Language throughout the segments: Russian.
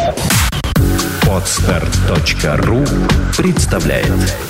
Podster.ru представляет.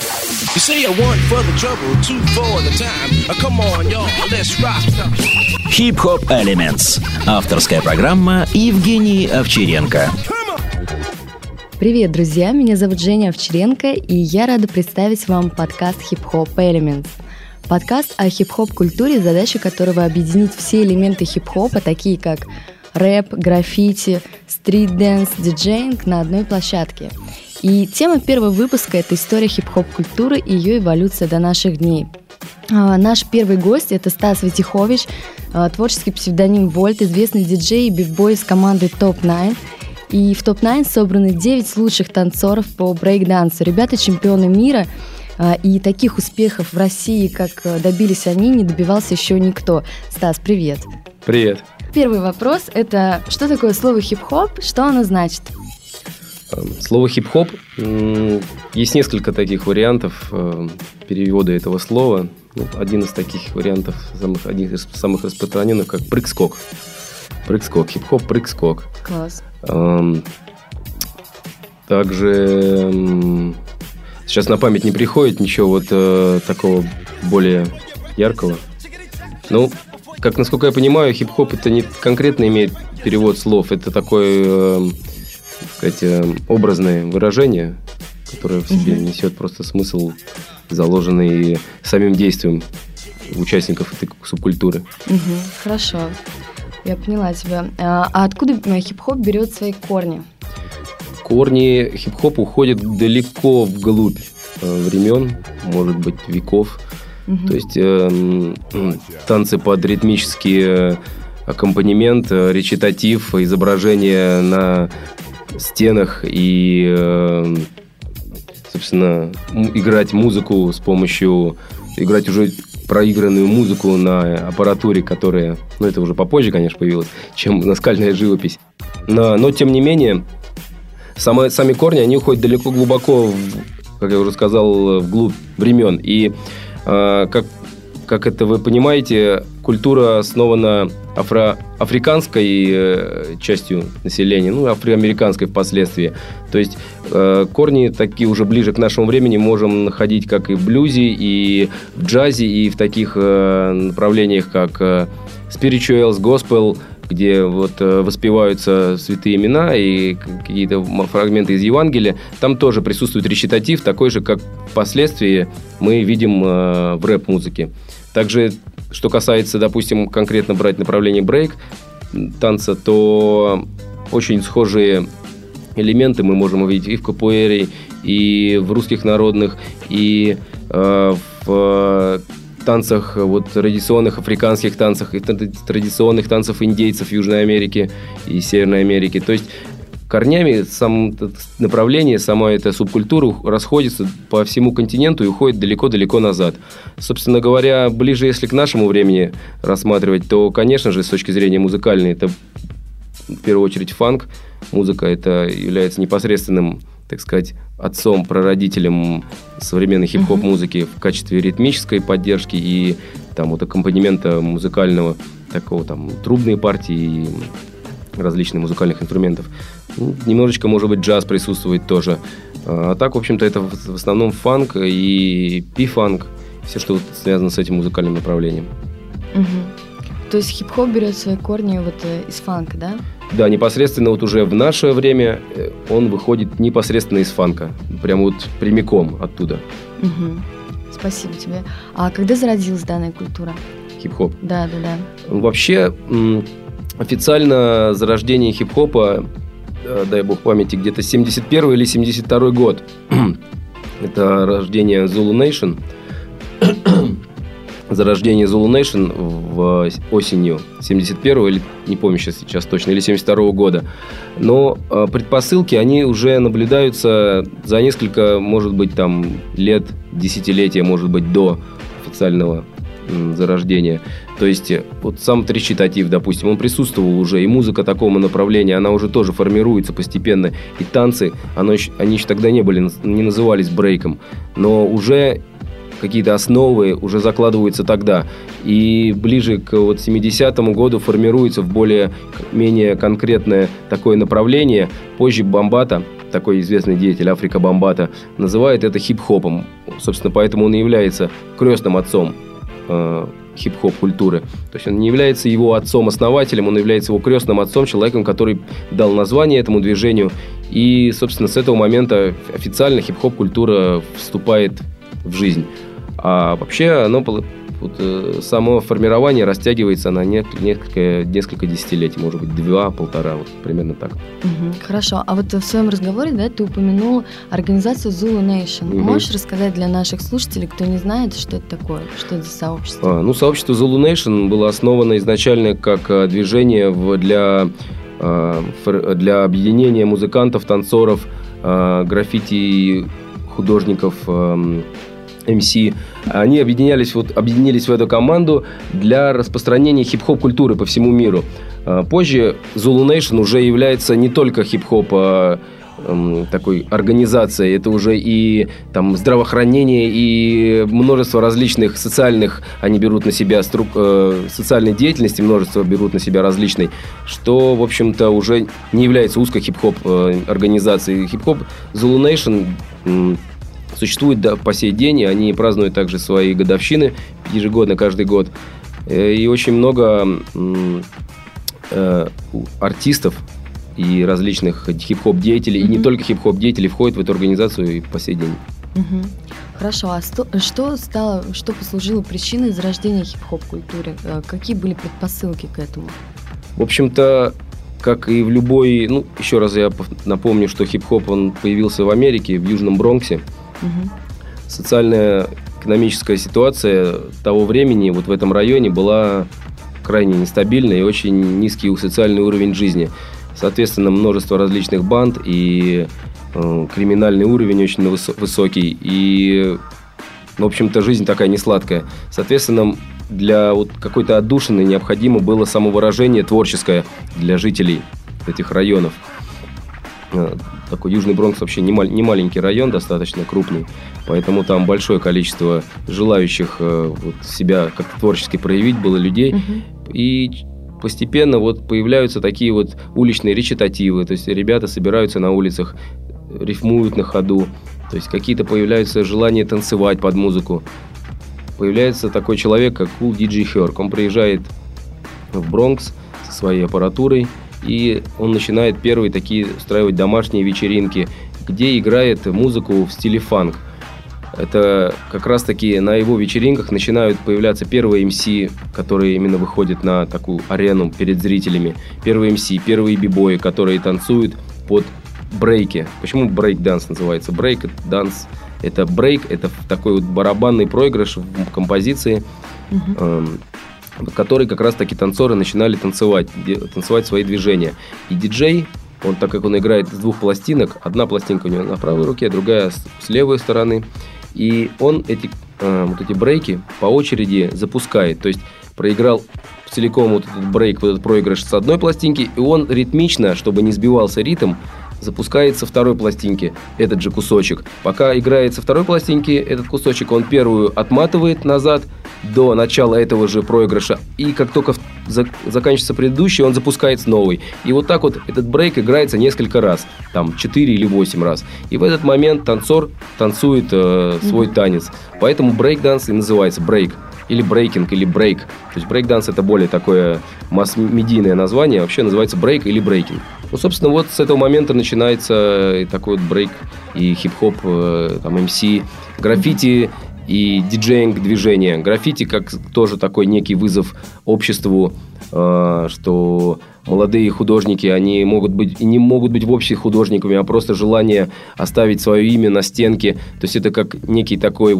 Hip-Hop Elements. Авторская программа Евгении Овчаренко. Привет, друзья! Меня зовут Женя Овчаренко, и я рада представить вам подкаст Hip-Hop Elements. Подкаст о хип-хоп культуре, задача которого объединить все элементы хип-хопа, такие как рэп, граффити, стрит-дэнс, диджеинг на одной площадке. И тема первого выпуска – это история хип-хоп культуры и ее эволюция до наших дней. Наш первый гость – это Стас Витихович, творческий псевдоним Вольт, известный диджей и бигбой из команды Топ-9. И в Топ-9 собраны 9 лучших танцоров по брейк-дансу. Ребята чемпионы мира, и таких успехов в России, как добились они, не добивался еще никто. Стас, привет! Привет! Первый вопрос – это что такое слово хип-хоп, что оно значит? Слово хип-хоп, есть несколько таких вариантов перевода этого слова. Один из таких вариантов, один из самых распространенных, как прыг-скок. Прыг-скок, хип-хоп, прыг-скок. Класс. Также сейчас на память не приходит ничего вот такого более яркого. Как, насколько я понимаю, хип-хоп это не конкретно имеет перевод слов, это такое, так сказать, образное выражение, которое в себе несет просто смысл, заложенный самим действием участников этой субкультуры. Хорошо, я поняла тебя. А откуда хип-хоп берет свои корни? Корни хип-хопа уходят далеко вглубь времен, может быть, веков. То есть танцы под ритмический аккомпанемент, речитатив, изображение на стенах и, собственно, играть музыку с помощью... Играть уже проигранную музыку на аппаратуре, которая... это уже попозже, конечно, появилось, чем наскальная живопись. Но тем не менее, сами корни, они уходят далеко глубоко, как я уже сказал, вглубь времен. И как это вы понимаете, культура основана африканской частью населения, афроамериканской впоследствии. То есть корни такие уже ближе к нашему времени можем находить как и в блюзе, и в джазе, и в таких направлениях, как spirituals, gospel, где воспеваются святые имена и какие-то фрагменты из Евангелия. Там тоже присутствует речитатив, такой же, как впоследствии мы видим в рэп-музыке. Также, что касается, допустим, конкретно брать направление брейк танца, то очень схожие элементы мы можем увидеть и в капуэре, и в русских народных, и в танцах, традиционных африканских танцах, и традиционных танцев индейцев Южной Америки и Северной Америки. То есть корнями само направление, сама эта субкультура расходится по всему континенту и уходит далеко-далеко назад. Собственно говоря, ближе, если к нашему времени рассматривать, то, конечно же, с точки зрения музыкальной, это в первую очередь фанк. Музыка это является непосредственным, так сказать, отцом, прародителем современной хип-хоп музыки в качестве ритмической поддержки и аккомпанемента музыкального, такого трубные партии и различных музыкальных инструментов. Немножечко, может быть, джаз присутствует тоже. А так, в общем-то, это в основном фанк и пи-фанк, все, что связано с этим музыкальным направлением. То есть хип-хоп берет свои корни из фанка, да? Да, непосредственно уже в наше время он выходит непосредственно из фанка, прямо прямиком оттуда. Спасибо тебе. А когда зародилась данная культура? Хип-хоп? Да. Вообще, официально зарождение хип-хопа, дай бог памяти, где-то 71 или 72 год. Это рождение Zulu Nation. Зарождение Zulu Nation в осенью 71-го, или не помню сейчас точно, или 72-го года. Но предпосылки, они уже наблюдаются за несколько, может быть, лет, десятилетия, может быть, до официального зарождения. То есть сам речитатив, допустим, он присутствовал уже, и музыка такого направления, она уже тоже формируется постепенно, и танцы, они еще тогда не назывались брейком, но уже какие-то основы уже закладываются тогда. И ближе к 70-му году формируется в более-менее конкретное такое направление. Позже Бамбата, такой известный деятель Африка Бамбата, называет это хип-хопом. Собственно, поэтому он и является крестным отцом хип-хоп-культуры. То есть он не является его отцом-основателем, он является его крестным отцом, человеком, который дал название этому движению. И, собственно, с этого момента официально хип-хоп-культура вступает в жизнь. А вообще оно, само формирование растягивается на несколько десятилетий, может быть, 2-1,5, примерно так. Хорошо. А вот в своем разговоре, да, ты упомянул организацию Zulu Nation. Можешь рассказать для наших слушателей, кто не знает, что это такое, что это за сообщество? Сообщество Zulu Nation было основано изначально как движение для объединения музыкантов, танцоров, граффити, художников, MC. Они объединились в эту команду для распространения хип-хоп-культуры по всему миру. Позже Zulu Nation уже является не только хип-хоп такой организацией, это уже и там здравоохранение, и множество различных социальных, они берут на себя социальной деятельности, множество берут на себя различной, что, в общем-то, уже не является узкой хип-хоп организацией. Хип-хоп Zulu Nation существует по сей день, и они празднуют также свои годовщины ежегодно, каждый год. И очень много артистов и различных хип-хоп-деятелей, и не только хип-хоп-деятелей входят в эту организацию и по сей день. Хорошо, а что послужило причиной зарождения хип-хоп-культуры? Какие были предпосылки к этому? В общем-то, как и в любой... еще раз я напомню, что хип-хоп, он появился в Америке, в Южном Бронксе. Социальная, экономическая ситуация того времени в этом районе была крайне нестабильной и очень низкий социальный уровень жизни. Соответственно, множество различных банд и криминальный уровень очень высокий. И, в общем-то, жизнь такая несладкая. Соответственно, для какой-то отдушины необходимо было самовыражение творческое для жителей этих районов. Такой Южный Бронкс вообще не маленький район, достаточно крупный, поэтому там большое количество желающих себя как-то творчески проявить было людей. И постепенно появляются такие уличные речитативы, то есть ребята собираются на улицах, рифмуют на ходу, то есть какие-то появляются желания танцевать под музыку. Появляется такой человек, как Kool DJ Herc. Он приезжает в Бронкс со своей аппаратурой, и он начинает первые такие устраивать домашние вечеринки, где играет музыку в стиле фанк. Это как раз-таки на его вечеринках начинают появляться первые MC, которые именно выходят на такую арену перед зрителями. Первые MC, первые бибои, которые танцуют под брейки. Почему брейк-данс называется? Брейк-данс – это брейк, это такой барабанный проигрыш в композиции, который как раз-таки танцоры начинали танцевать свои движения. И диджей, так как он играет с двух пластинок, одна пластинка у него на правой руке, другая с левой стороны, и он эти брейки по очереди запускает. То есть проиграл целиком этот брейк, этот проигрыш с одной пластинки, и он ритмично, чтобы не сбивался ритм, запускает со второй пластинки этот же кусочек. Пока играет со второй пластинки этот кусочек, он первую отматывает назад до начала этого же проигрыша, и как только заканчивается предыдущий, он запускает новый. И так этот брейк играется несколько раз, там 4 или 8 раз. И в этот момент танцор танцует свой танец. Поэтому брейк-данс и называется брейк. Или брейкинг, или брейк. То есть брейк-данс — это более такое масс-медийное название. Вообще называется брейк или брейкинг. Собственно, с этого момента начинается такой брейк и хип-хоп, MC, граффити и диджеинг движения. Граффити как тоже такой некий вызов обществу, что молодые художники, они не могут быть вовсе художниками, а просто желание оставить свое имя на стенке. То есть это как некий такой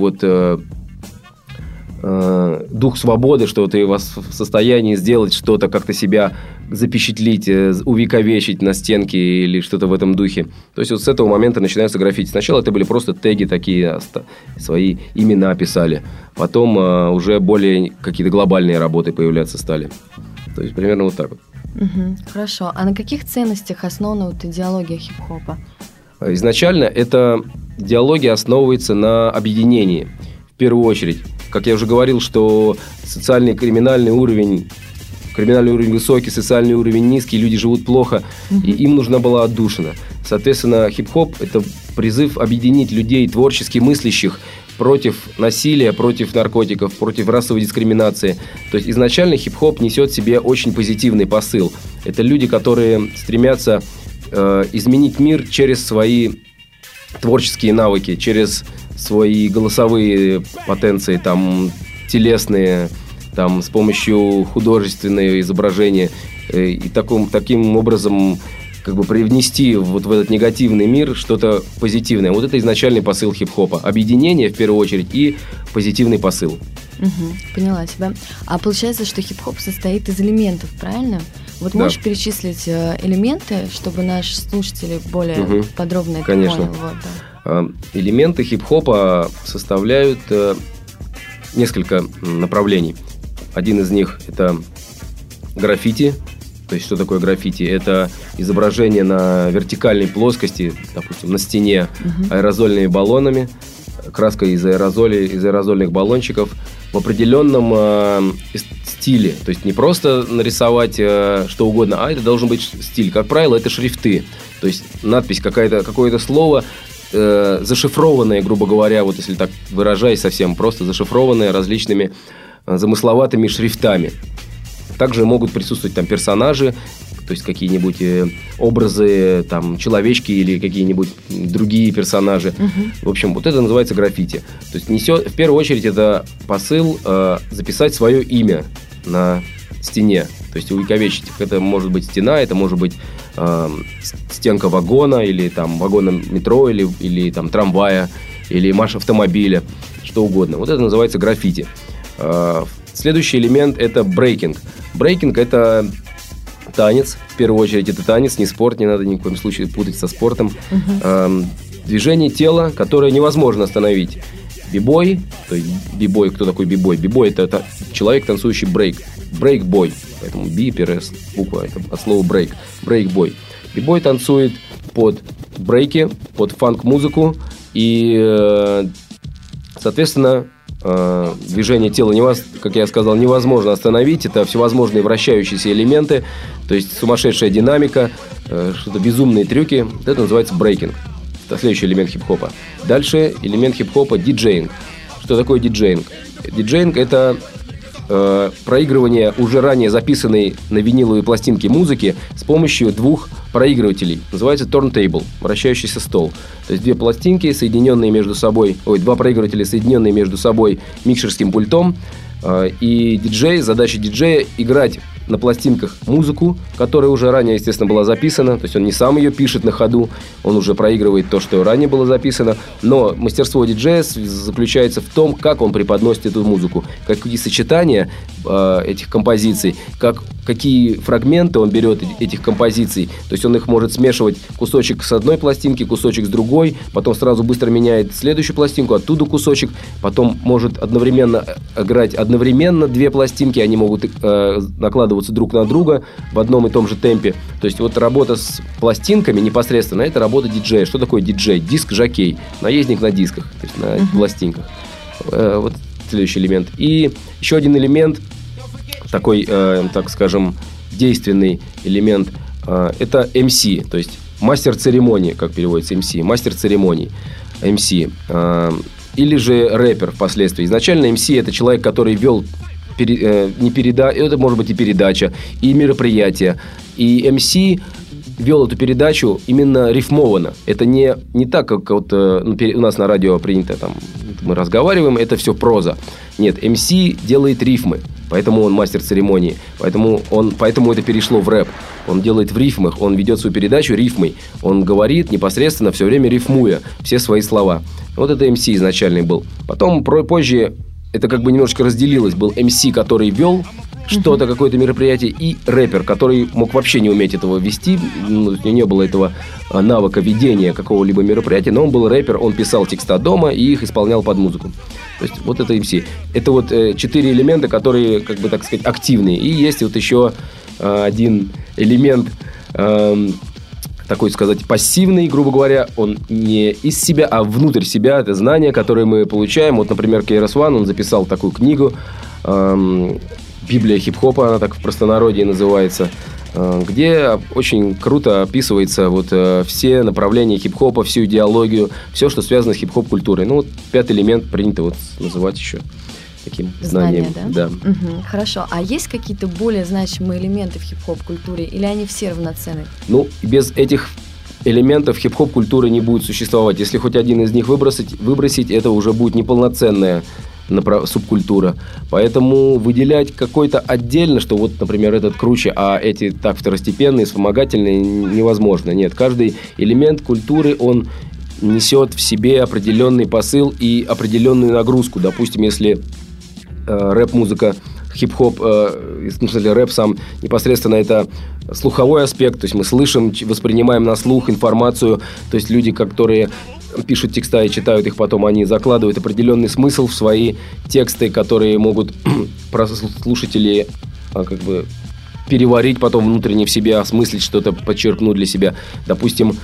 дух свободы, что ты в состоянии сделать что-то, как-то себя запечатлить, увековечить на стенке или что-то в этом духе. То есть с этого момента начинаются граффити. Сначала это были просто теги такие, свои имена писали. Потом уже более какие-то глобальные работы появляться стали. То есть примерно так вот. Хорошо. А на каких ценностях основана идеология хип-хопа? Изначально эта идеология основывается на объединении. В в первую очередь. Как я уже говорил, что криминальный уровень высокий, социальный уровень низкий, люди живут плохо, и им нужна была отдушина. Соответственно, хип-хоп – это призыв объединить людей, творчески мыслящих, против насилия, против наркотиков, против расовой дискриминации. То есть изначально хип-хоп несет в себе очень позитивный посыл. Это люди, которые стремятся изменить мир через свои творческие навыки, через свои голосовые потенции, там, телесные, там, с помощью художественного изображения. И таким образом как бы привнести вот в этот негативный мир что-то позитивное. Вот это изначальный посыл хип-хопа. Объединение, в первую очередь, и позитивный посыл. Поняла тебя. А получается, что хип-хоп состоит из элементов, правильно? Вот можешь перечислить элементы, чтобы наши слушатели более подробно это поняли? Конечно. Элементы хип-хопа составляют несколько направлений. Один из них – это граффити. То есть, что такое граффити? Это изображение на вертикальной плоскости, допустим, на стене аэрозольными баллонами, краской из аэрозольных баллончиков в определенном стиле. То есть, не просто нарисовать что угодно, а это должен быть стиль. Как правило, это шрифты. То есть, надпись, какое-то слово, зашифрованное, грубо говоря, вот если так выражаясь совсем просто, зашифрованное различными замысловатыми шрифтами. Также могут присутствовать там персонажи, то есть какие-нибудь образы, там, человечки или какие-нибудь другие персонажи. В общем, вот это называется граффити. То есть в первую очередь это посыл записать свое имя на стене. То есть увековечить. Это может быть стена, это может быть стенка вагона, или там вагона метро, или там трамвая, или марш автомобиля, что угодно. Вот это называется граффити. Следующий элемент – это брейкинг. Брейкинг – это танец. В первую очередь это танец, не спорт, не надо ни в коем случае путать со спортом. Движение тела, которое невозможно остановить. Би-бой, то есть би-бой, кто такой би-бой? Би-бой – это человек, танцующий брейк. Брейк-бой, поэтому би-перес, буква, это от слова брейк. Брейк-бой. Би-бой танцует под брейки, под фанк-музыку, и, соответственно, движение тела, как я сказал, невозможно остановить. Это всевозможные вращающиеся элементы, то есть сумасшедшая динамика, что-то безумные трюки. Это называется брейкинг. Это следующий элемент хип-хопа. Дальше элемент хип-хопа – диджеинг. Что такое диджеинг? Диджеинг – это проигрывание уже ранее записанной на виниловые пластинки музыки с помощью двух проигрывателей. Называется turntable, вращающийся стол. То есть две пластинки, соединенные между собой, два проигрывателя, соединенные между собой микшерским пультом. И задача диджея играть на пластинках музыку, которая уже ранее, естественно, была записана. То есть он не сам ее пишет на ходу, он уже проигрывает то, что ранее было записано. Но мастерство диджея заключается в том, как он преподносит эту музыку, какие сочетания этих композиций, какие фрагменты он берет этих композиций. То есть он их может смешивать, кусочек с одной пластинки, кусочек с другой, потом сразу быстро меняет следующую пластинку, оттуда кусочек, потом может одновременно играть две пластинки, они могут накладываться друг на друга в одном и том же темпе. То есть вот работа с пластинками непосредственно, это работа диджея. Что такое диджей? Диск-жокей, наездник на дисках, то есть на пластинках. Вот следующий элемент. И еще один элемент, такой, так скажем, действенный элемент, это MC, то есть мастер церемонии, как переводится MC, мастер церемоний, MC. Или же рэпер впоследствии. Изначально MC – это человек, который вел это может быть и передача, и мероприятие. И MC вел эту передачу именно рифмованно. Это не так, как вот, у нас на радио принято, там, мы разговариваем, это все проза. Нет, MC делает рифмы, поэтому он мастер церемонии. Поэтому это перешло в рэп. Он делает в рифмах, он ведет свою передачу рифмой. Он говорит непосредственно, все время рифмуя все свои слова. Вот это MC изначальный был. Потом, позже, это как бы немножечко разделилось. Был MC, который вел что-то, какое-то мероприятие, и рэпер, который мог вообще не уметь этого вести. Не было этого навыка ведения какого-либо мероприятия, но он был рэпер, он писал текста дома и их исполнял под музыку. То есть вот это MC. Это вот 4 элемента, которые, как бы так сказать, активные. И есть вот еще один элемент такой сказать пассивный, грубо говоря, он не из себя, а внутрь себя. Это знания, которые мы получаем. Вот, например, KRS-One, он записал такую книгу «Библия хип-хопа», она так в простонародье называется, где очень круто описывается вот все направления хип-хопа, всю идеологию, все, что связано с хип-хоп-культурой. Ну, вот 5 элемент принято вот называть еще таким знанием. Да? Угу. Хорошо. А есть какие-то более значимые элементы в хип-хоп-культуре, или они все равноценны? Ну, без этих элементов хип-хоп-культуры не будет существовать. Если хоть один из них выбросить, это уже будет неполноценная субкультура. Поэтому выделять какой-то отдельно, что вот, например, этот круче, а эти так второстепенные, вспомогательные, невозможно. Нет, каждый элемент культуры, он несет в себе определенный посыл и определенную нагрузку. Допустим, если рэп-музыка, хип-хоп, в смысле рэп сам непосредственно это слуховой аспект, то есть мы слышим, воспринимаем на слух информацию, то есть люди, которые пишут текста и читают их потом, они закладывают определенный смысл в свои тексты, которые могут слушатели как бы переварить потом внутренне в себе, осмыслить что-то, подчеркнуть для себя. Допустим,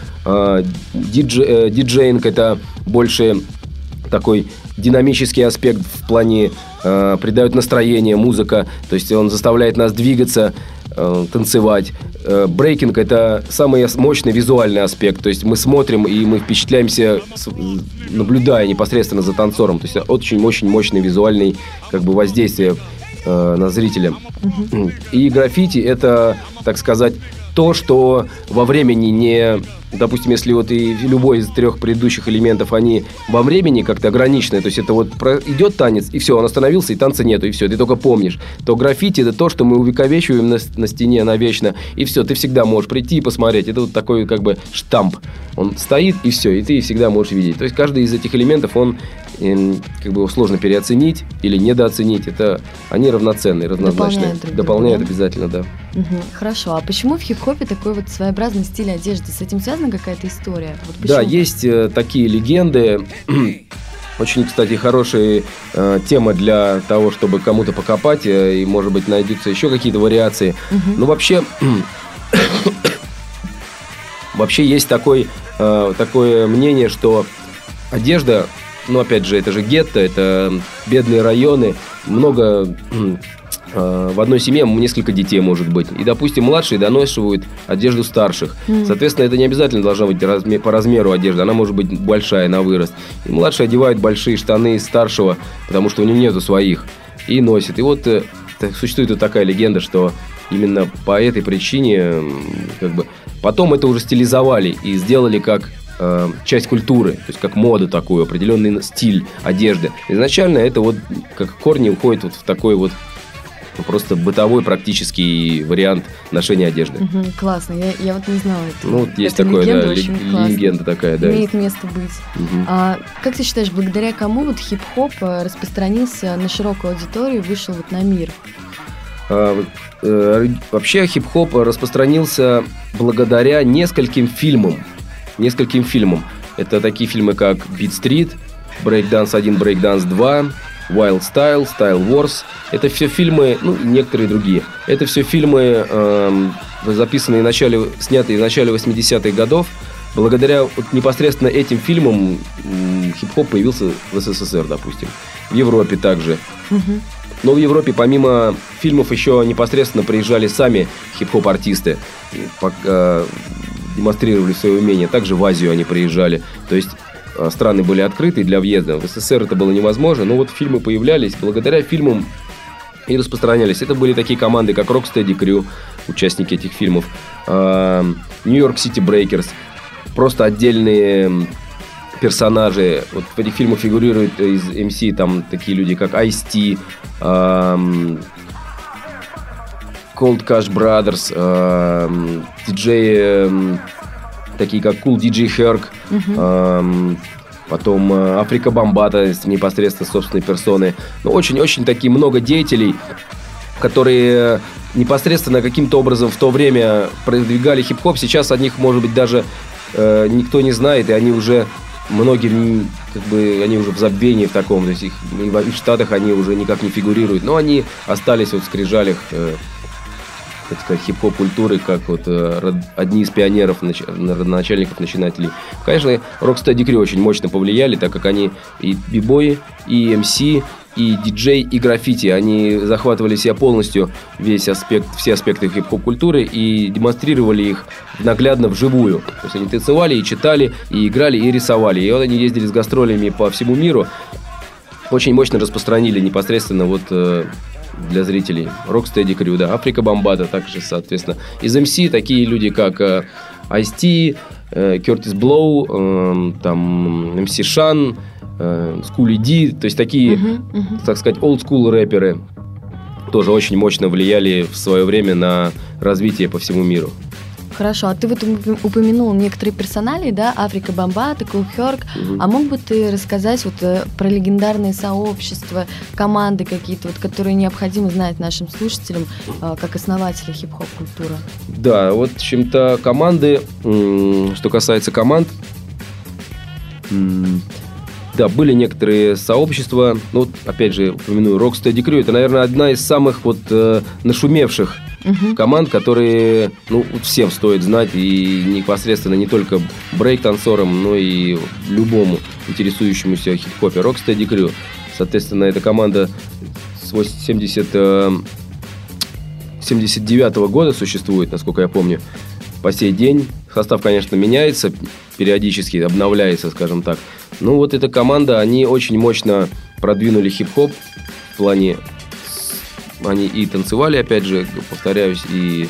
диджеинг это больше такой динамический аспект в плане придает настроение, музыка, то есть он заставляет нас двигаться, танцевать. Брейкинг – это самый мощный визуальный аспект, то есть мы смотрим и мы впечатляемся, наблюдая непосредственно за танцором, то есть очень-очень мощный визуальный как бы воздействие на зрителя. И граффити – это, так сказать, то, что во времени не... Допустим, если вот и любой из 3 предыдущих элементов, они во времени как-то ограничены, то есть это вот идет танец, и все, он остановился, и танца нету, и все, ты только помнишь. То граффити – это то, что мы увековечиваем на стене навечно, и все, ты всегда можешь прийти и посмотреть. Это вот такой как бы штамп. Он стоит, и все, и ты всегда можешь видеть. То есть каждый из этих элементов, он как бы сложно переоценить или недооценить. Это они равноценные, разнозначные. Дополняют обязательно, да. Хорошо. А почему в хип-хопе такой вот своеобразный стиль одежды? С этим связана какая-то история? Вот да, есть такие легенды. Очень, кстати, хорошая тема для того, чтобы кому-то покопать, и, может быть, найдутся еще какие-то вариации. Но вообще есть такое мнение, что одежда, ну, опять же, это же гетто, это бедные районы, много... В одной семье несколько детей может быть. И, допустим, младшие донашивают одежду старших. Соответственно, это не обязательно должна быть по размеру одежда. Она может быть большая на вырост. И младший одевает большие штаны старшего, потому что у него нету своих. И носит. И вот существует вот такая легенда, что именно по этой причине как бы потом это уже стилизовали и сделали как часть культуры, то есть как моду такую, определенный стиль одежды. Изначально это вот как корни уходят вот в такой вот просто бытовой практический вариант ношения одежды. Классно, я вот не знала это. Ну, вот есть такое, легенда такая, да. Имеет место быть. А как ты считаешь, благодаря кому вот хип-хоп распространился на широкую аудиторию и вышел вот на мир? Вообще хип-хоп распространился благодаря нескольким фильмам. Это такие фильмы, как Beat Street, Breakdance 1, Breakdance 2, Wild Style, Style Wars. Это все фильмы, ну, и некоторые другие. Это все фильмы, записанные снятые в начале 80-х годов. Благодаря вот непосредственно этим фильмам хип-хоп появился в СССР, допустим. В Европе также. Но в Европе помимо фильмов еще непосредственно приезжали сами хип-хоп-артисты, демонстрировали свои умения. Также в Азию они приезжали. То есть страны были открыты для въезда. В СССР это было невозможно, но вот фильмы появлялись, благодаря фильмам и распространялись. Это были такие команды, как Rocksteady Crew, участники этих фильмов, New York City Breakers, просто отдельные персонажи. Вот в этих фильмах фигурируют из MC там такие люди, как Ice-T, Cold Cash Brothers, диджеи такие как Cool DJ Herc, потом Африка Бомбата непосредственно собственной персоны. Ну, очень-очень такие много деятелей, которые непосредственно каким-то образом в то время продвигали хип-хоп. Сейчас о них, может быть, даже никто не знает, и они уже многие, как бы, они уже в забвении в таком, то есть их, в Штатах они уже никак не фигурируют, но они остались вот в скрижалях так сказать, хип-хоп культуры, как вот одни из пионеров, родоначальников, начинателей. Конечно, Rocksteady Crew очень мощно повлияли, так как они и бибои, и МС, и диджей, и граффити. Они захватывали себя полностью все аспекты хип-хоп культуры и демонстрировали их наглядно вживую. То есть они танцевали, и читали, и играли, и рисовали. И вот они ездили с гастролями по всему миру. Очень мощно распространили непосредственно вот для зрителей Rocksteady Crew, да, Африка Бомбата, также, соответственно. Из MC такие люди, как Ice-T, Кертис Блоу, там, MC Шан, Скули Ди, то есть такие, так сказать, олдскул рэперы тоже очень мощно влияли в свое время на развитие по всему миру. Хорошо, а ты вот упомянул некоторые персонали, да, Африка Бомбата, Kool Herc, а мог бы ты рассказать вот про легендарные сообщества, команды какие-то, вот, которые необходимо знать нашим слушателям, как основатели хип-хоп культуры? Да, вот чем-то команды, что касается команд, да, были некоторые сообщества, ну, вот, опять же, упомяну Rocksteady Crew, это, наверное, одна из самых вот нашумевших команд, которые, ну, всем стоит знать, и непосредственно не только брейк-танцорам, но и любому интересующемуся хип-хопе. Rocksteady Crew, соответственно, эта команда с 79-го года существует, насколько я помню, по сей день. Состав, конечно, меняется, периодически обновляется, скажем так. Ну, вот эта команда, они очень мощно продвинули хип-хоп в плане... Они и танцевали, опять же, повторяюсь, и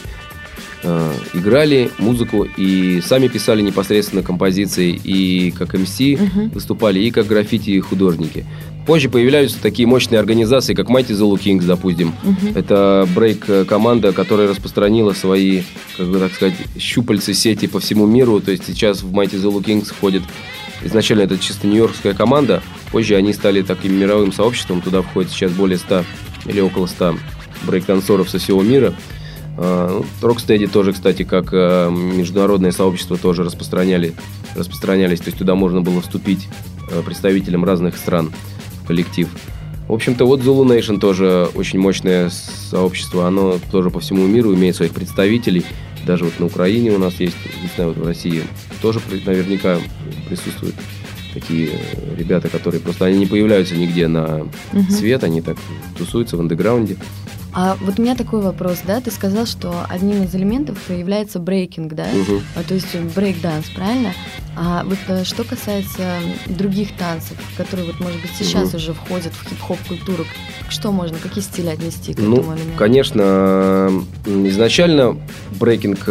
играли музыку, и сами писали непосредственно композиции, и как МС выступали, и как граффити-художники. Позже появляются такие мощные организации, как Mighty Zulu Kings, допустим. Это брейк-команда, которая распространила свои, как бы так сказать, щупальцы сети по всему миру. То есть сейчас в Mighty Zulu Kings входит... Изначально это чисто нью-йоркская команда. Позже они стали таким мировым сообществом. Туда входит сейчас более 100 или около 100 брейк-танцоров со всего мира. Rocksteady тоже, кстати, как международное сообщество тоже распространялись. То есть туда можно было вступить представителям разных стран в коллектив. В общем-то, вот Zulu Nation тоже очень мощное сообщество. Оно тоже по всему миру имеет своих представителей. Даже вот на Украине у нас есть, не знаю, вот в России тоже наверняка присутствуют такие ребята, которые просто они не появляются нигде на свет, они так тусуются в андеграунде. А вот у меня такой вопрос, да, ты сказал, что одним из элементов является брейкинг, да, то есть брейк-данс, правильно? А вот что касается других танцев, которые вот, может быть, сейчас уже входят в хип-хоп культуру, что можно, какие стили отнести к этому элементу? Конечно, изначально брейкинг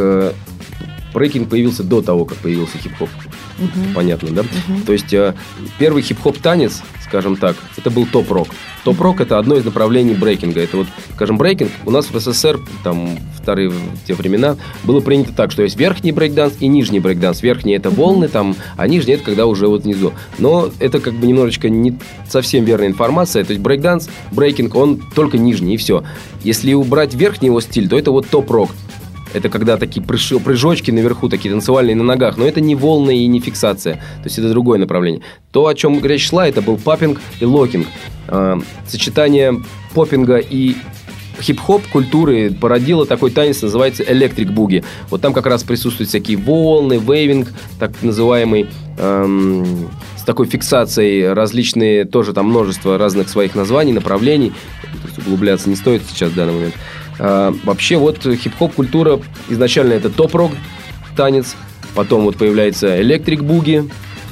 появился до того, как появился хип-хоп. Понятно, да? То есть первый хип-хоп танец, скажем так, это был топ-рок. Топ-рок – это одно из направлений брейкинга. Это вот, скажем, брейкинг у нас в СССР, там, в те времена, было принято так, что есть верхний брейкданс и нижний брейкданс. Верхний – это волны, там, а нижний – это когда уже вот внизу. Но это как бы немножечко не совсем верная информация. То есть брейкданс, брейкинг, он только нижний, и все. Если убрать верхний его стиль, то это вот топ-рок. Это когда такие прыжочки наверху, такие танцевальные на ногах. Но это не волны и не фиксация. То есть это другое направление. То, о чем речь шла, это был поппинг и локинг. Сочетание поппинга и хип-хоп культуры породило такой танец, называется электрик буги. Вот там как раз присутствуют всякие волны, вейвинг, так называемый, с такой фиксацией, различные, тоже там множество разных своих названий, направлений. То есть углубляться не стоит сейчас в данный момент. Вообще вот хип-хоп культура изначально это топ-рок танец, потом вот появляется электрик-буги,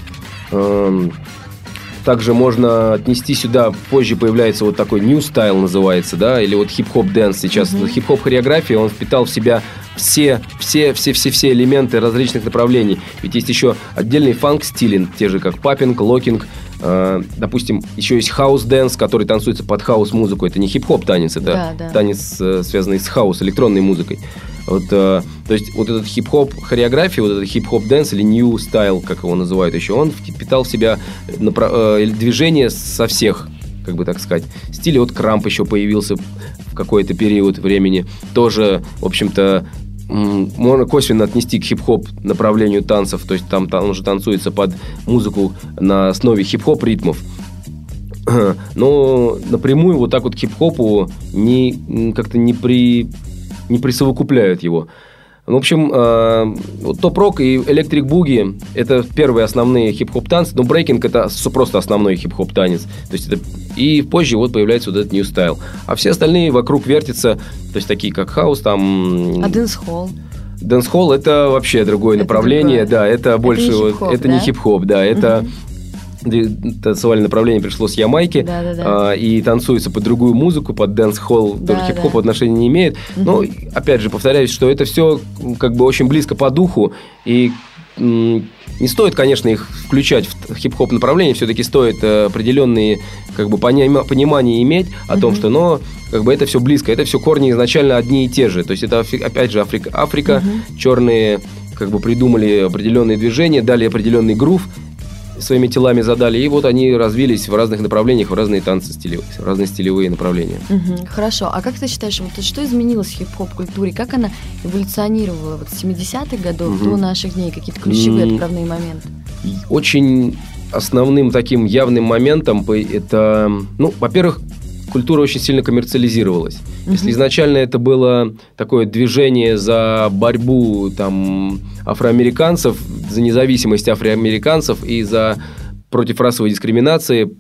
также можно отнести сюда, позже появляется вот такой new style называется, да, или вот хип-хоп дэнс сейчас, хип-хоп хореография, он впитал в себя все элементы различных направлений, ведь есть еще отдельный фанк-стили, те же как паппинг, локинг. Допустим, еще есть хаус-дэнс, который танцуется под хаус-музыку. Это не хип-хоп танец, это танец, связанный с хаус, электронной музыкой. Вот, то есть вот этот хип-хоп хореография, вот этот хип-хоп дэнс или new style, как его называют еще, он впитал в себя движение со всех, как бы так сказать. Стиль вот крамп еще появился в какой-то период времени. Тоже, в общем-то, можно косвенно отнести к хип-хоп направлению танцев, то есть там уже танцуется под музыку на основе хип-хоп ритмов. Но напрямую вот так вот к хип-хопу как-то не не присовокупляют его. В общем, топ-рок и электрик-буги – это первые основные хип-хоп-танцы, но брейкинг – это просто основной хип-хоп-танец. То есть это... И позже вот появляется вот этот new style. А все остальные вокруг вертятся, то есть такие как хаус, там… А дэнс-холл? Дэнс-холл – это вообще другое направление, другое. Да, это больше… Это не хип-хоп, да, это… Танцевальное направление пришло с Ямайки, и танцуется под другую музыку, под дэнс-холл, тоже хип-хоп отношения не имеет. Но, опять же, повторяюсь, что это все как бы очень близко по духу, и не стоит, конечно, их включать в хип-хоп направление, все-таки стоит определенные как бы понимания иметь о том, что, но как бы это все близко, это все корни изначально одни и те же. То есть это, опять же, Африка, черные как бы придумали определенные движения, дали определенный грув, своими телами задали, и вот они развились в разных направлениях, в разные танцы, в разные стилевые направления. Хорошо, а как ты считаешь, вот что изменилось в хип-хоп-культуре, как она эволюционировала вот с 70-х годов до наших дней, какие-то ключевые отправные моменты? Очень основным таким явным моментом это, во-первых, культура очень сильно коммерциализировалась. Если изначально это было такое движение за борьбу там, афроамериканцев, за независимость афроамериканцев и против расовой дискриминации,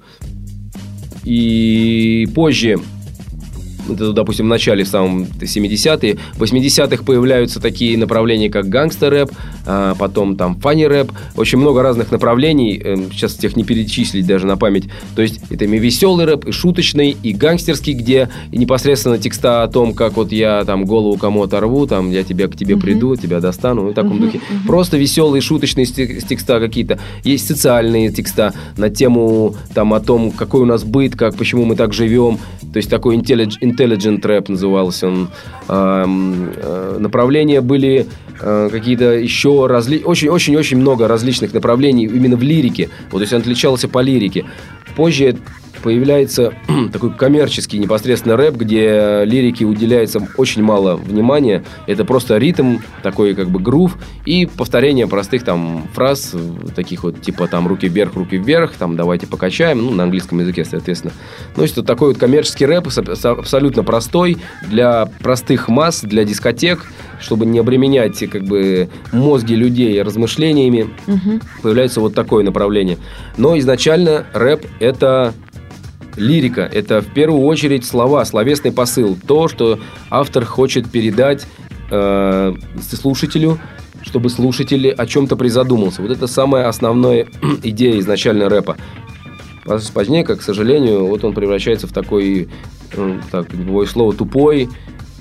и позже, это, допустим, в начале, в самом 70-е, в 80-х появляются такие направления, как гангстер-рэп, потом там фанни-рэп, очень много разных направлений, сейчас всех не перечислить даже на память. То есть это и веселый рэп, и шуточный, и гангстерский, где непосредственно текста о том, как вот я там голову кому оторву, там я к тебе приду, тебя достану, в таком духе. Просто веселые, шуточные текста какие-то. Есть социальные текста на тему там о том, какой у нас быт, почему мы так живем. То есть такой intelligent рэп назывался он. Направления были какие-то еще очень-очень-очень много различных направлений именно в лирике. Вот, то есть он отличался по лирике. Позже появляется такой коммерческий непосредственно рэп, где лирике уделяется очень мало внимания. Это просто ритм, такой как бы грув и повторение простых там фраз, таких вот типа там руки вверх, там давайте покачаем, на английском языке, соответственно. То есть это такой вот коммерческий рэп, абсолютно простой, для простых масс, для дискотек, чтобы не обременять как бы мозги людей размышлениями. Появляется вот такое направление. Но изначально рэп – это лирика, это в первую очередь слова, словесный посыл, то, что автор хочет передать слушателю, чтобы слушатель о чем-то призадумался. Вот это самая основная идея изначально рэпа. Позднее, к сожалению, вот он превращается в такой, слово тупой,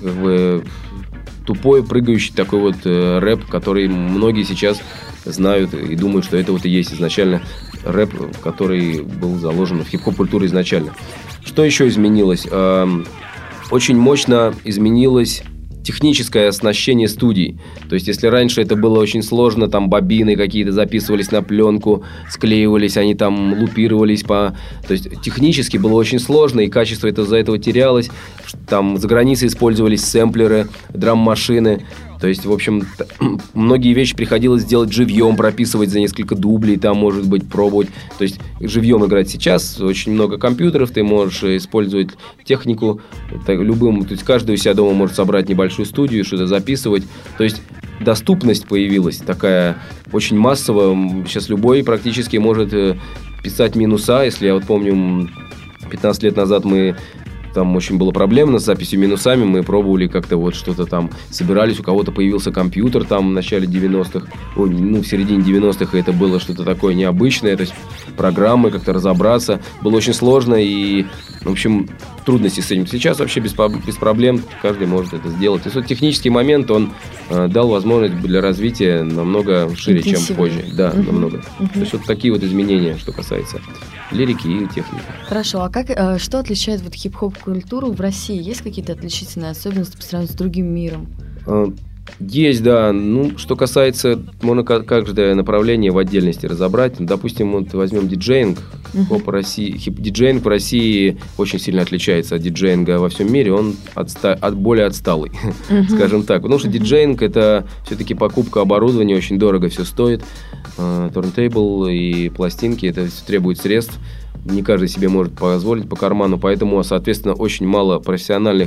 прыгающий такой вот рэп, который многие сейчас знают и думают, что это вот и есть изначально рэп, который был заложен в хип-хоп-культуру изначально. Что еще изменилось? Очень мощно изменилось техническое оснащение студий. То есть, если раньше это было очень сложно, там бобины какие-то записывались на пленку, склеивались, они там лупировались То есть, технически было очень сложно, и качество из-за этого терялось. Там за границей использовались сэмплеры, драм-машины. То есть, в общем, многие вещи приходилось делать живьем, прописывать за несколько дублей, там, может быть, пробовать. То есть, живьем играть сейчас. Очень много компьютеров, ты можешь использовать технику любым. То есть, каждый у себя дома может собрать небольшую студию, что-то записывать. То есть, доступность появилась такая очень массовая. Сейчас любой практически может писать минуса. Если я вот помню, 15 лет назад там очень было проблемно с записью минусами, мы пробовали как-то вот что-то там, собирались, у кого-то появился компьютер там в начале 90-х, в середине 90-х, и это было что-то такое необычное, то есть программы, как-то разобраться, было очень сложно, и, в общем, трудности с этим. Сейчас вообще без проблем каждый может это сделать. То есть вот технический момент, он дал возможность для развития намного шире, чем позже. Да, намного. То есть вот такие вот изменения, что касается лирики и техники. Хорошо, а что отличает вот хип-хоп-культуру в России? Есть какие-то отличительные особенности по сравнению с другим миром? Есть, да. Что касается, можно каждое направление в отдельности разобрать. Допустим, вот возьмем диджеинг. Диджеинг в России очень сильно отличается от диджеинга во всем мире. Он более отсталый, скажем так. Потому что диджеинг – это все-таки покупка оборудования, очень дорого все стоит. Турнтейбл и пластинки – это все требует средств. Не каждый себе может позволить по карману, поэтому, соответственно, очень мало профессиональных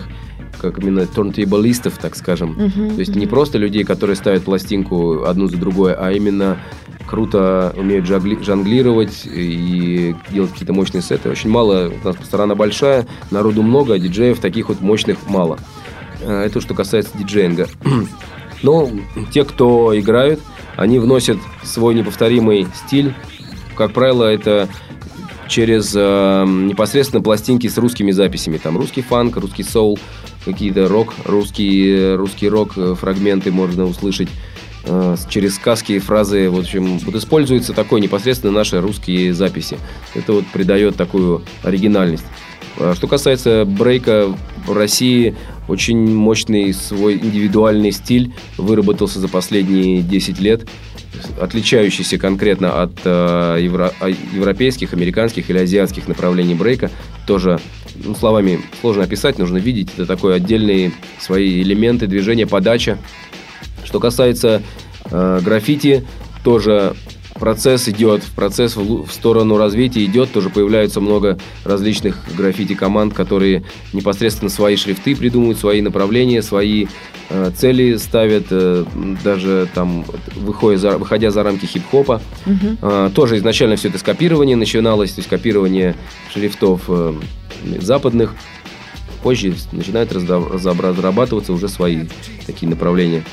как именно турнтейблистов, так скажем. То есть не просто людей, которые ставят пластинку одну за другой, а именно круто умеют жонглировать и делать какие-то мощные сеты. Очень мало, у нас страна большая, народу много, а диджеев таких вот мощных мало. Это что касается диджеинга. Но те, кто играют, они вносят свой неповторимый стиль. Как правило, это через непосредственно пластинки с русскими записями. Там русский фанк, русский соул, какие-то рок, русский рок, фрагменты можно услышать. Через сказки, фразы, в общем, вот используются такой непосредственно наши русские записи. Это вот придает такую оригинальность. Что касается брейка, в России очень мощный свой индивидуальный стиль выработался за последние 10 лет, отличающийся конкретно от европейских, американских или азиатских направлений брейка. Тоже, словами сложно описать, нужно видеть. Это такой отдельные свои элементы движения, подача. Что касается граффити, тоже процесс идет, процесс в сторону развития идет, тоже появляется много различных граффити-команд, которые непосредственно свои шрифты придумывают, свои направления, свои цели ставят, даже там выходя за рамки хип-хопа. Тоже изначально все это с копирования начиналось, то есть копирование шрифтов западных. Позже начинают разрабатываться уже свои такие направления.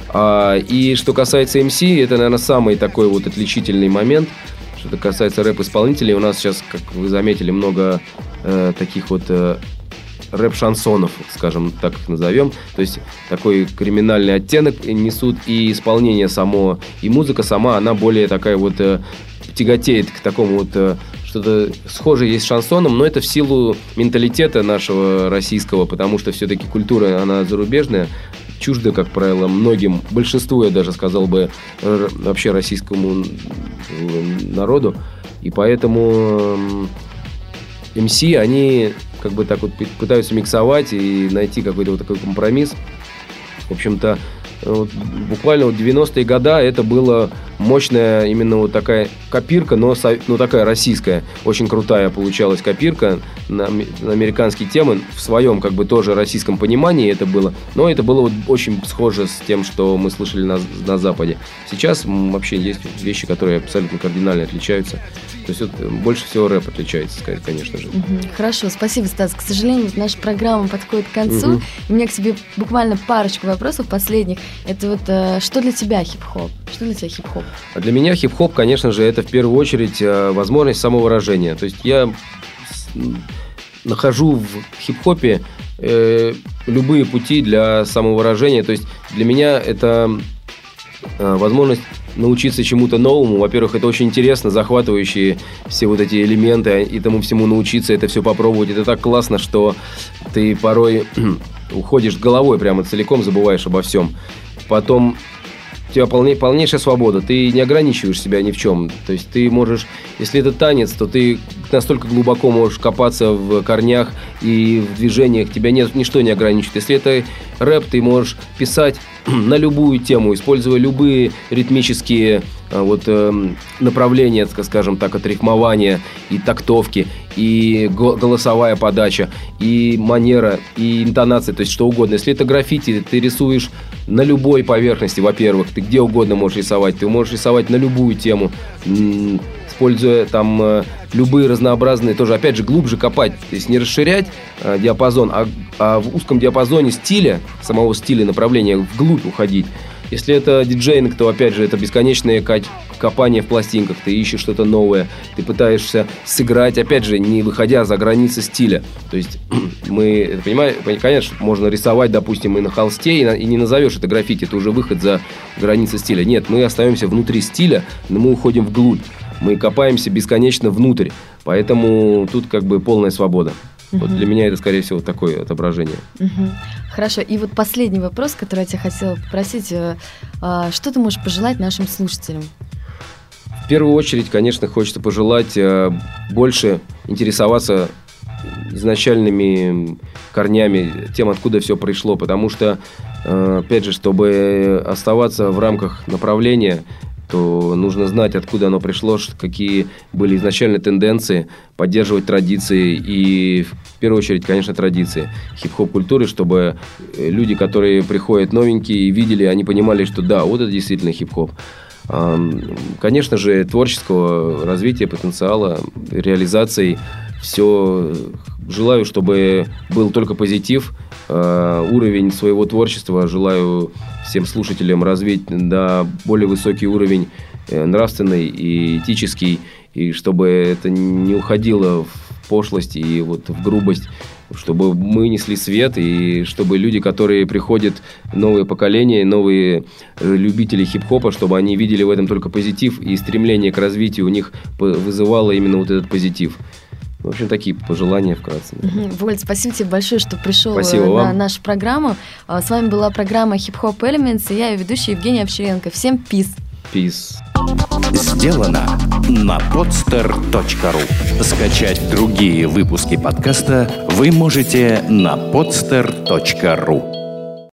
И что касается MC, это, наверное, самый такой вот отличительный момент. Что касается рэп-исполнителей, у нас сейчас, как вы заметили, много таких вот рэп-шансонов, скажем, так их назовем. То есть такой криминальный оттенок несут, и исполнение само, и музыка сама, она более такая вот тяготеет к такому вот что-то схожее есть с шансоном, но это в силу менталитета нашего российского, потому что все-таки культура, она зарубежная, чуждо, как правило, многим, большинству, я даже сказал бы, вообще российскому народу. И поэтому MC, они как бы так вот пытаются миксовать и найти какой-то вот такой компромисс. В общем-то, вот, буквально вот 90-е годы это была мощная именно вот такая копирка, но такая российская. Очень крутая получалась копирка на американские темы. В своем как бы тоже российском понимании это было. Но это было вот очень схоже с тем, что мы слышали на Западе. Сейчас вообще есть вещи, которые абсолютно кардинально отличаются. То есть вот, больше всего рэп отличается, конечно же. Хорошо, спасибо, Стас. К сожалению, наша программа подходит к концу. У меня к тебе буквально парочку вопросов последних. Это вот что для тебя хип-хоп? Что для тебя хип-хоп? А для меня хип-хоп, конечно же, это в первую очередь возможность самовыражения. То есть я нахожу в хип-хопе любые пути для самовыражения. То есть для меня это возможность научиться чему-то новому. Во-первых, это очень интересно, захватывающие все вот эти элементы, и тому всему научиться, это все попробовать. Это так классно, что ты порой уходишь головой прямо целиком, забываешь обо всем. Потом у тебя полнейшая свобода, ты не ограничиваешь себя ни в чем. То есть ты можешь, если это танец, то ты настолько глубоко можешь копаться в корнях и в движениях, тебя ничто не ограничивает. Если это рэп, ты можешь писать на любую тему, используя любые ритмические направления, скажем так, от рифмования и тактовки, и голосовая подача, и манера, и интонация, то есть что угодно. Если это граффити, ты рисуешь на любой поверхности, во-первых, ты где угодно можешь рисовать, ты можешь рисовать на любую тему, используя там любые разнообразные, тоже опять же глубже копать, то есть не расширять диапазон, а в узком диапазоне стиля, самого стиля направления вглубь уходить. Если это диджейнг, то опять же это бесконечное копание в пластинках, ты ищешь что-то новое, ты пытаешься сыграть, опять же, не выходя за границы стиля. То есть мы, конечно, можно рисовать, допустим, и на холсте, и не назовешь это граффити, это уже выход за границы стиля. Нет, мы остаемся внутри стиля, но мы уходим вглубь. Мы копаемся бесконечно внутрь, поэтому тут как бы полная свобода. Вот для меня это, скорее всего, такое отображение. Хорошо. И вот последний вопрос, который я тебя хотела попросить. Что ты можешь пожелать нашим слушателям? В первую очередь, конечно, хочется пожелать больше интересоваться изначальными корнями, тем, откуда все пришло. Потому что, опять же, чтобы оставаться в рамках направления, что нужно знать, откуда оно пришло, какие были изначальные тенденции, поддерживать традиции и, в первую очередь, конечно, традиции хип-хоп-культуры, чтобы люди, которые приходят новенькие и видели, они понимали, что да, вот это действительно хип-хоп. Конечно же, творческого развития, потенциала, реализации. Все желаю, чтобы был только позитив, уровень своего творчества. Желаю всем слушателям развить до более высокий уровень нравственный и этический, и чтобы это не уходило в пошлость и вот в грубость, чтобы мы несли свет, и чтобы люди, которые приходят, новые поколения, новые любители хип-хопа, чтобы они видели в этом только позитив, и стремление к развитию у них вызывало именно вот этот позитив. В общем, такие пожелания вкратце. Воль, спасибо тебе большое, что пришел на нашу программу. С вами была программа Hip-Hop Elements, и я ее ведущая Евгения Овчаренко. Всем peace! Peace. Сделано на podster.ru. Скачать другие выпуски подкаста вы можете на podster.ru.